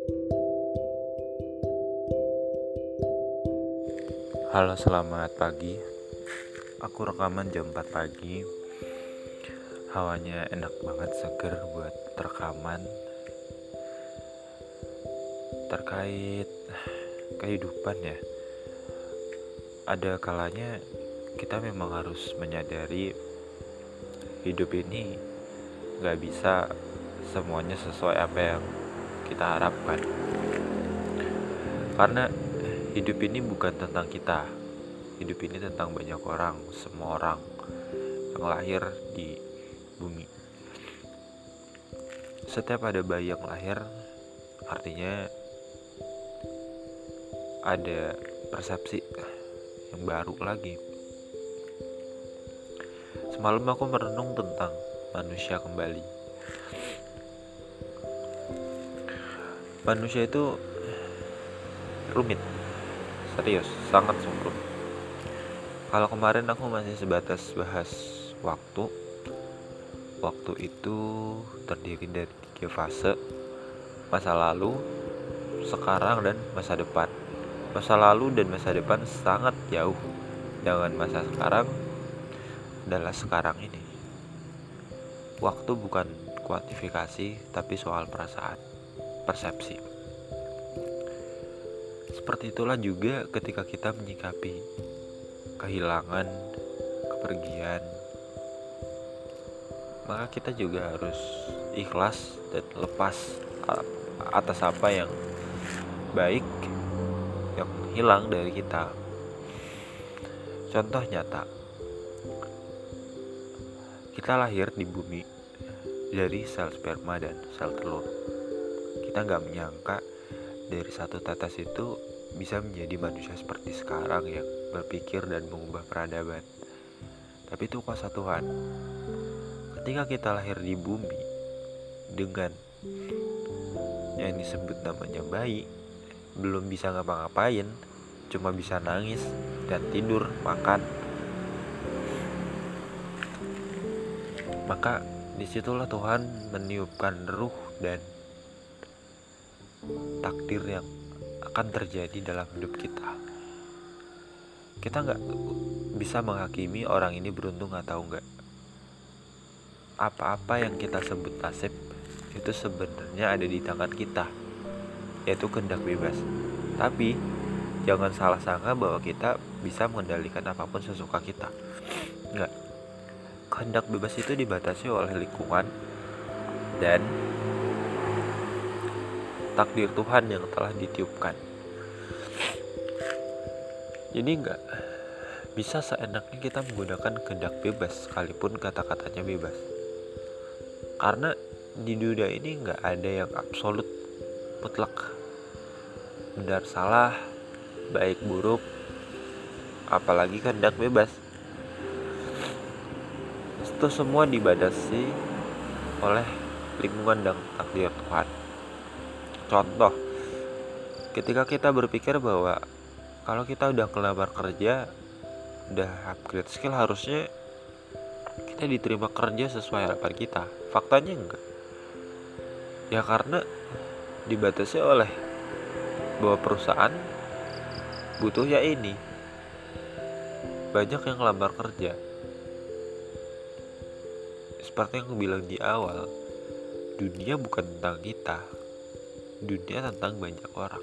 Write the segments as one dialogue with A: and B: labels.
A: Halo, selamat pagi. Aku rekaman jam 4 pagi. Hawanya enak banget, seger buat rekaman terkait kehidupan ya. Ada kalanya kita memang harus menyadari hidup ini gak bisa semuanya sesuai apa yang kita harapkan. Karena hidup ini bukan tentang kita. Hidup ini tentang banyak orang, semua orang yang lahir di bumi. Setiap ada bayi yang lahir, artinya ada persepsi yang baru lagi. Semalam aku merenung tentang manusia kembali. Manusia itu rumit, serius, sangat rumit. Kalau kemarin aku masih sebatas bahas waktu. Waktu itu terdiri dari 3 fase: masa lalu, sekarang, dan masa depan. Masa lalu dan masa depan sangat jauh, dengan masa sekarang adalah sekarang ini. Waktu bukan kuantifikasi, tapi soal perasaan, persepsi. Seperti itulah juga ketika kita menyikapi kehilangan, kepergian, maka kita juga harus ikhlas dan lepas atas apa yang baik yang hilang dari kita. Contoh nyata, kita lahir di bumi dari sel sperma dan sel telur. Kita gak menyangka dari satu tetes itu bisa menjadi manusia seperti sekarang yang berpikir dan mengubah peradaban. Tapi itu kuasa Tuhan. Ketika kita lahir di bumi dengan yang disebut namanya bayi, belum bisa ngapa-ngapain, cuma bisa nangis dan tidur, makan, maka disitulah Tuhan meniupkan ruh dan takdir yang akan terjadi dalam hidup kita. Kita gak bisa menghakimi orang ini beruntung atau enggak. Apa-apa yang kita sebut nasib itu sebenarnya ada di tangan kita, yaitu kehendak bebas. Tapi jangan salah sangka bahwa kita bisa mengendalikan apapun sesuka kita. Enggak. Kehendak bebas itu dibatasi oleh lingkungan dan takdir Tuhan yang telah ditiupkan. Jadi enggak bisa seenaknya kita menggunakan kehendak bebas sekalipun kata-katanya bebas. Karena di dunia ini enggak ada yang absolut, mutlak, benar salah, baik buruk, apalagi kehendak bebas. Itu semua dibatasi oleh lingkungan dan takdir Tuhan. Contoh, ketika kita berpikir bahwa kalau kita udah kelamar kerja, udah upgrade skill, harusnya kita diterima kerja sesuai harapan kita. Faktanya enggak. Ya karena dibatasi oleh bahwa perusahaan butuhnya ini. Banyak yang lamar kerja. Seperti yang aku bilang di awal, dunia bukan tentang kita. Dunia tentang banyak orang.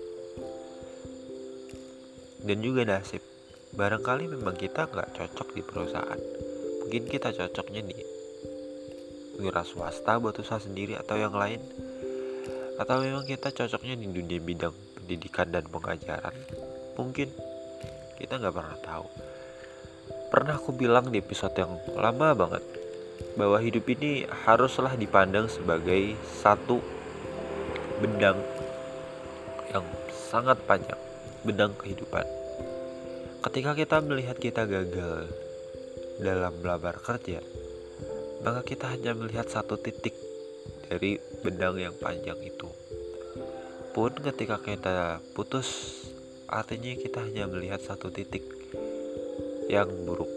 A: Dan juga nasib. Barangkali memang kita gak cocok di perusahaan. Mungkin kita cocoknya di wira swasta buat usaha sendiri atau yang lain. Atau memang kita cocoknya di dunia bidang pendidikan dan pengajaran. Mungkin kita gak pernah tahu. Pernah aku bilang di episode yang lama banget, bahwa hidup ini haruslah dipandang sebagai satu benang yang sangat panjang, benang kehidupan. Ketika kita melihat kita gagal dalam melamar kerja, maka kita hanya melihat satu titik dari benang yang panjang itu. Pun ketika kita putus, artinya kita hanya melihat satu titik yang buruk.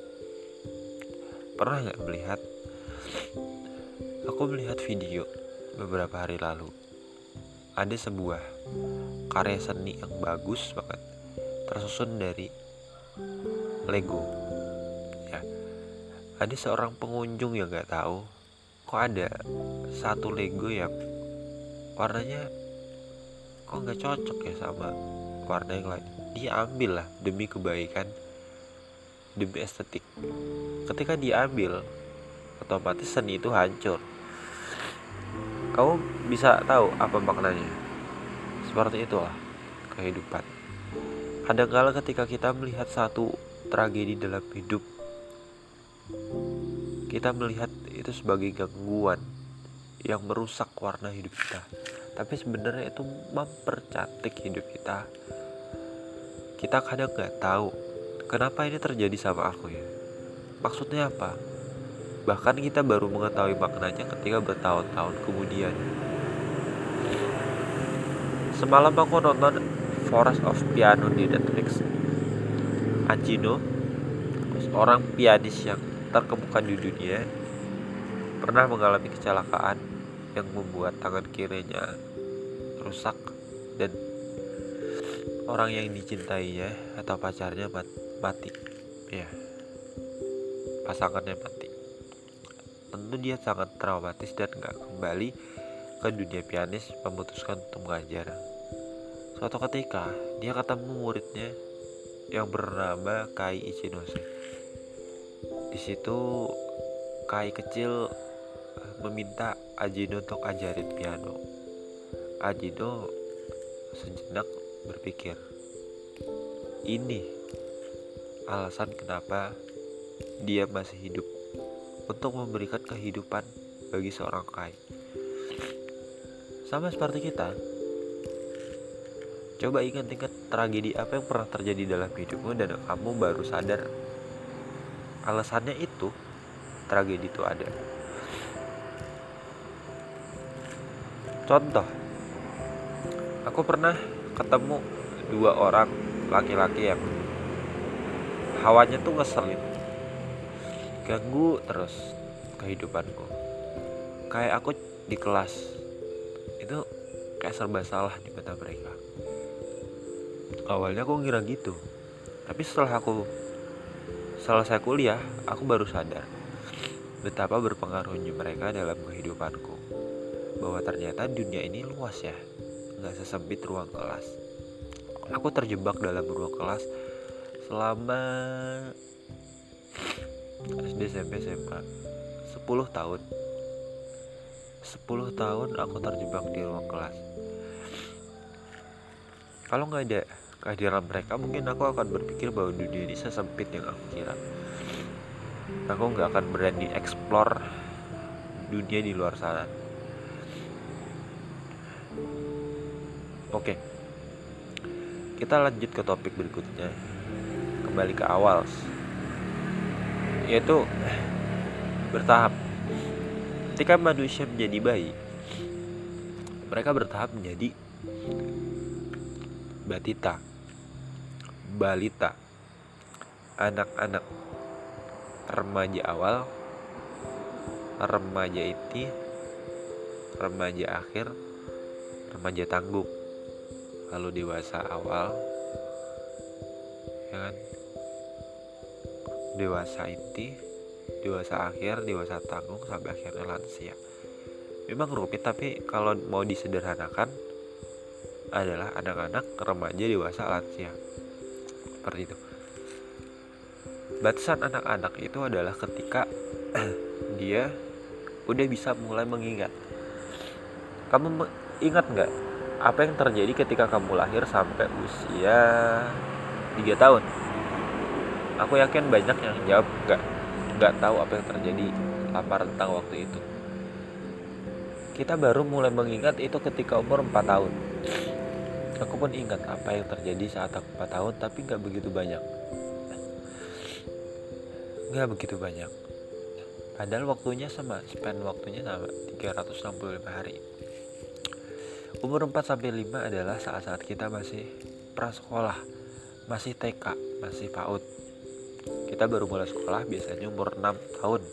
A: Pernah gak melihat? Aku melihat video beberapa hari lalu. ada sebuah karya seni yang bagus banget tersusun dari Lego. Ya, ada seorang pengunjung yang nggak tahu kok ada satu Lego yang warnanya kok nggak cocok ya sama warna yang lain. Dia ambil lah demi kebaikan, demi estetik. Ketika dia ambil, otomatis seni itu hancur. Kamu bisa tahu apa maknanya? Seperti itulah kehidupan. Kadang-kala ketika kita melihat satu tragedi dalam hidup, kita melihat itu sebagai gangguan yang merusak warna hidup kita. Tapi sebenarnya itu mempercantik hidup kita. Kita kadang gak tahu kenapa ini terjadi sama aku ya. Maksudnya apa? Bahkan kita baru mengetahui maknanya ketika bertahun-tahun kemudian. Semalam aku nonton Forest of Piano di Netflix. Gino, seorang pianis yang terkemuka di dunia, pernah mengalami kecelakaan yang membuat tangan kirinya rusak dan orang yang dicintainya atau pacarnya mati. Ya, pasangannya mati. Tentu dia sangat traumatis dan gak kembali ke dunia pianis, memutuskan untuk mengajar. Suatu ketika dia ketemu muridnya yang bernama Kai Ichinose. Di situ Kai kecil meminta Ajino untuk ajarin piano. Ajino sejenak berpikir, ini alasan kenapa dia masih hidup, untuk memberikan kehidupan bagi seorang Kai. Sama seperti kita. Coba ingat-ingat tragedi apa yang pernah terjadi dalam hidupmu dan kamu baru sadar alasannya itu tragedi itu ada. Contoh, aku pernah ketemu dua orang laki-laki yang hawanya tuh ngeselin, ganggu terus kehidupanku. Kayak aku di kelas itu kayak serba salah di mata mereka. Awalnya aku ngira gitu, tapi setelah aku selesai kuliah, aku baru sadar betapa berpengaruhnya mereka dalam kehidupanku. Bahwa ternyata dunia ini luas ya, gak sesempit ruang kelas. Aku terjebak dalam ruang kelas selama SD, SMP, SMA 10 tahun 10 tahun aku terjebak di ruang kelas. Kalau gak ada kehadiran mereka, mungkin aku akan berpikir bahwa dunia ini sesempit yang aku kira. Aku gak akan berani explore dunia di luar sana. Oke, kita lanjut ke topik berikutnya. Kembali ke awal, yaitu bertahap. Ketika manusia menjadi bayi, mereka bertahap menjadi batita, balita, anak-anak, remaja awal, remaja inti, remaja akhir, remaja tangguh, lalu dewasa awal, ya kan? Dewasa inti, dewasa akhir, dewasa tangguh, sampai akhirnya lansia. Memang rumit, tapi kalau mau disederhanakan adalah anak-anak, remaja, dewasa, lansia. Seperti itu. Batasan anak-anak itu adalah ketika dia udah bisa mulai mengingat. Kamu ingat gak apa yang terjadi ketika kamu lahir sampai usia 3 tahun? Aku yakin banyak yang jawab gak tahu apa yang terjadi lama rentang waktu itu. Kita baru mulai mengingat itu ketika umur 4 tahun. Aku pun ingat apa yang terjadi saat aku 4 tahun, tapi gak begitu banyak. Padahal waktunya sama, span waktunya sama, 365 hari. Umur 4-5 adalah saat-saat kita masih prasekolah, masih TK, masih PAUD. Kita baru mulai sekolah biasanya umur 6 tahun.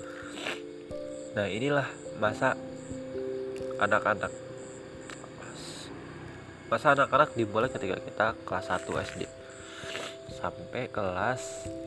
A: Nah, inilah masa anak-anak, Masa anak-anak dimulai ketika kita kelas 1 SD sampai kelas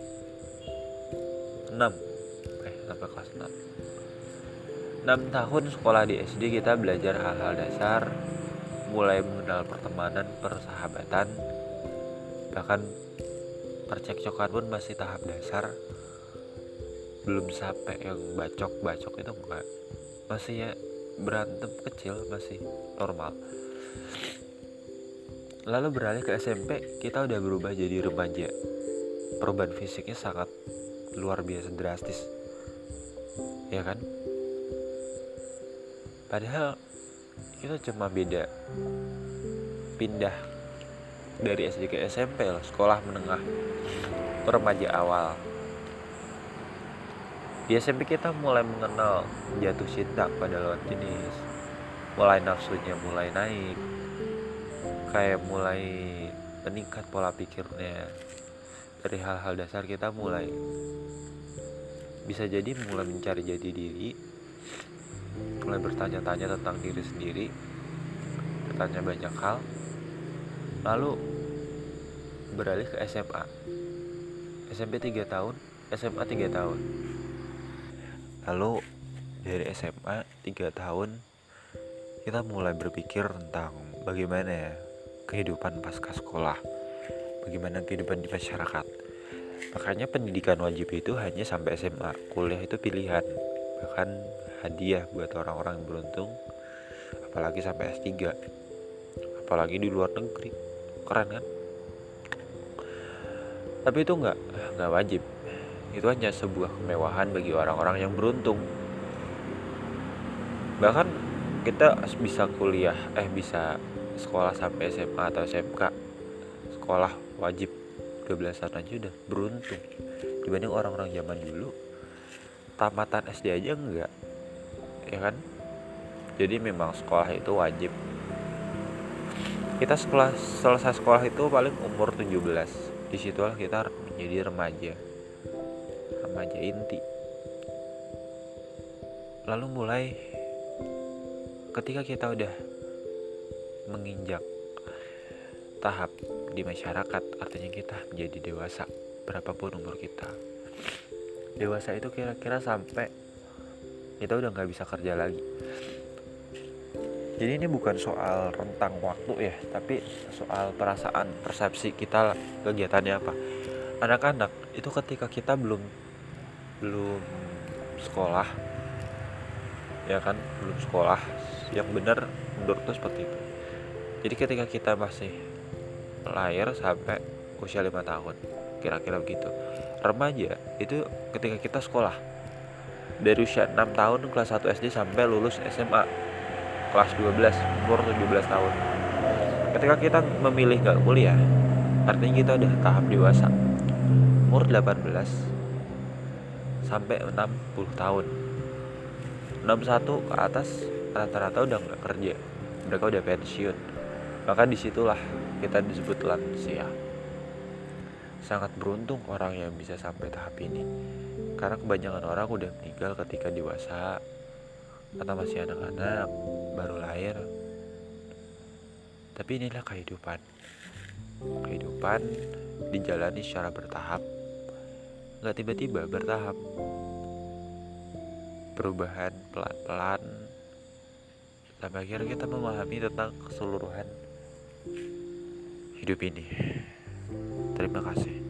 A: 6. Sampai kelas 6. 6 tahun sekolah di SD kita belajar hal-hal dasar, mulai mengenal pertemanan, persahabatan, bahkan percekcokan pun masih tahap dasar, belum sampai yang bacok-bacok itu enggak, masih ya berantem kecil, masih normal. Lalu beralih ke SMP, kita udah berubah jadi remaja. Perubahan fisiknya sangat luar biasa drastis, ya kan? Padahal kita cuma beda pindah dari SD ke SMP loh, sekolah menengah remaja awal. Di SMP kita mulai mengenal jatuh cinta pada lawan jenis, mulai nafsunya mulai naik, kayak mulai meningkat pola pikirnya. Dari hal-hal dasar kita mulai bisa jadi mulai mencari jati diri, mulai bertanya-tanya tentang diri sendiri, bertanya banyak hal. Lalu beralih ke SMA. SMP 3 tahun, SMA 3 tahun. Lalu dari SMA 3 tahun kita mulai berpikir tentang bagaimana ya kehidupan pasca sekolah, bagaimana kehidupan di masyarakat. Makanya pendidikan wajib itu hanya sampai SMA, kuliah itu pilihan, bahkan hadiah buat orang-orang yang beruntung, apalagi sampai S3, apalagi di luar negeri. Keren kan? Tapi itu nggak wajib. Itu hanya sebuah kemewahan bagi orang-orang yang beruntung. Bahkan kita bisa bisa sekolah sampai SMA atau SMK, sekolah wajib 12 tahun aja udah beruntung. Dibanding orang-orang zaman dulu tamatan SD aja enggak, ya kan? Jadi memang sekolah itu wajib. Kita selesai sekolah itu paling umur 17. Disitulah kita menjadi remaja inti. Lalu mulai ketika kita udah menginjak tahap di masyarakat, artinya kita menjadi dewasa, berapapun umur kita. Dewasa itu kira-kira sampai kita udah gak bisa kerja lagi. Jadi ini bukan soal rentang waktu ya, tapi soal perasaan, persepsi kita kegiatannya apa. Anak-anak itu ketika kita belum sekolah, ya kan, belum sekolah yang benar, menurutku seperti itu. Jadi ketika kita masih lahir sampai usia 5 tahun, kira-kira begitu. Remaja itu ketika kita sekolah dari usia 6 tahun kelas 1 SD sampai lulus SMA kelas 12 umur 17 tahun. Ketika kita memilih gak kuliah, artinya kita udah tahap dewasa, umur 18 sampai 60 tahun. 61 ke atas rata-rata udah gak kerja, mereka udah pensiun. Maka disitulah kita disebut lansia. Sangat beruntung orang yang bisa sampai tahap ini, karena kebanyakan orang udah meninggal ketika dewasa atau masih anak-anak baru lahir. Tapi inilah kehidupan dijalani secara bertahap, gak tiba-tiba, bertahap, perubahan pelan-pelan sampai akhirnya kita memahami tentang keseluruhan hidup ini. Terima kasih.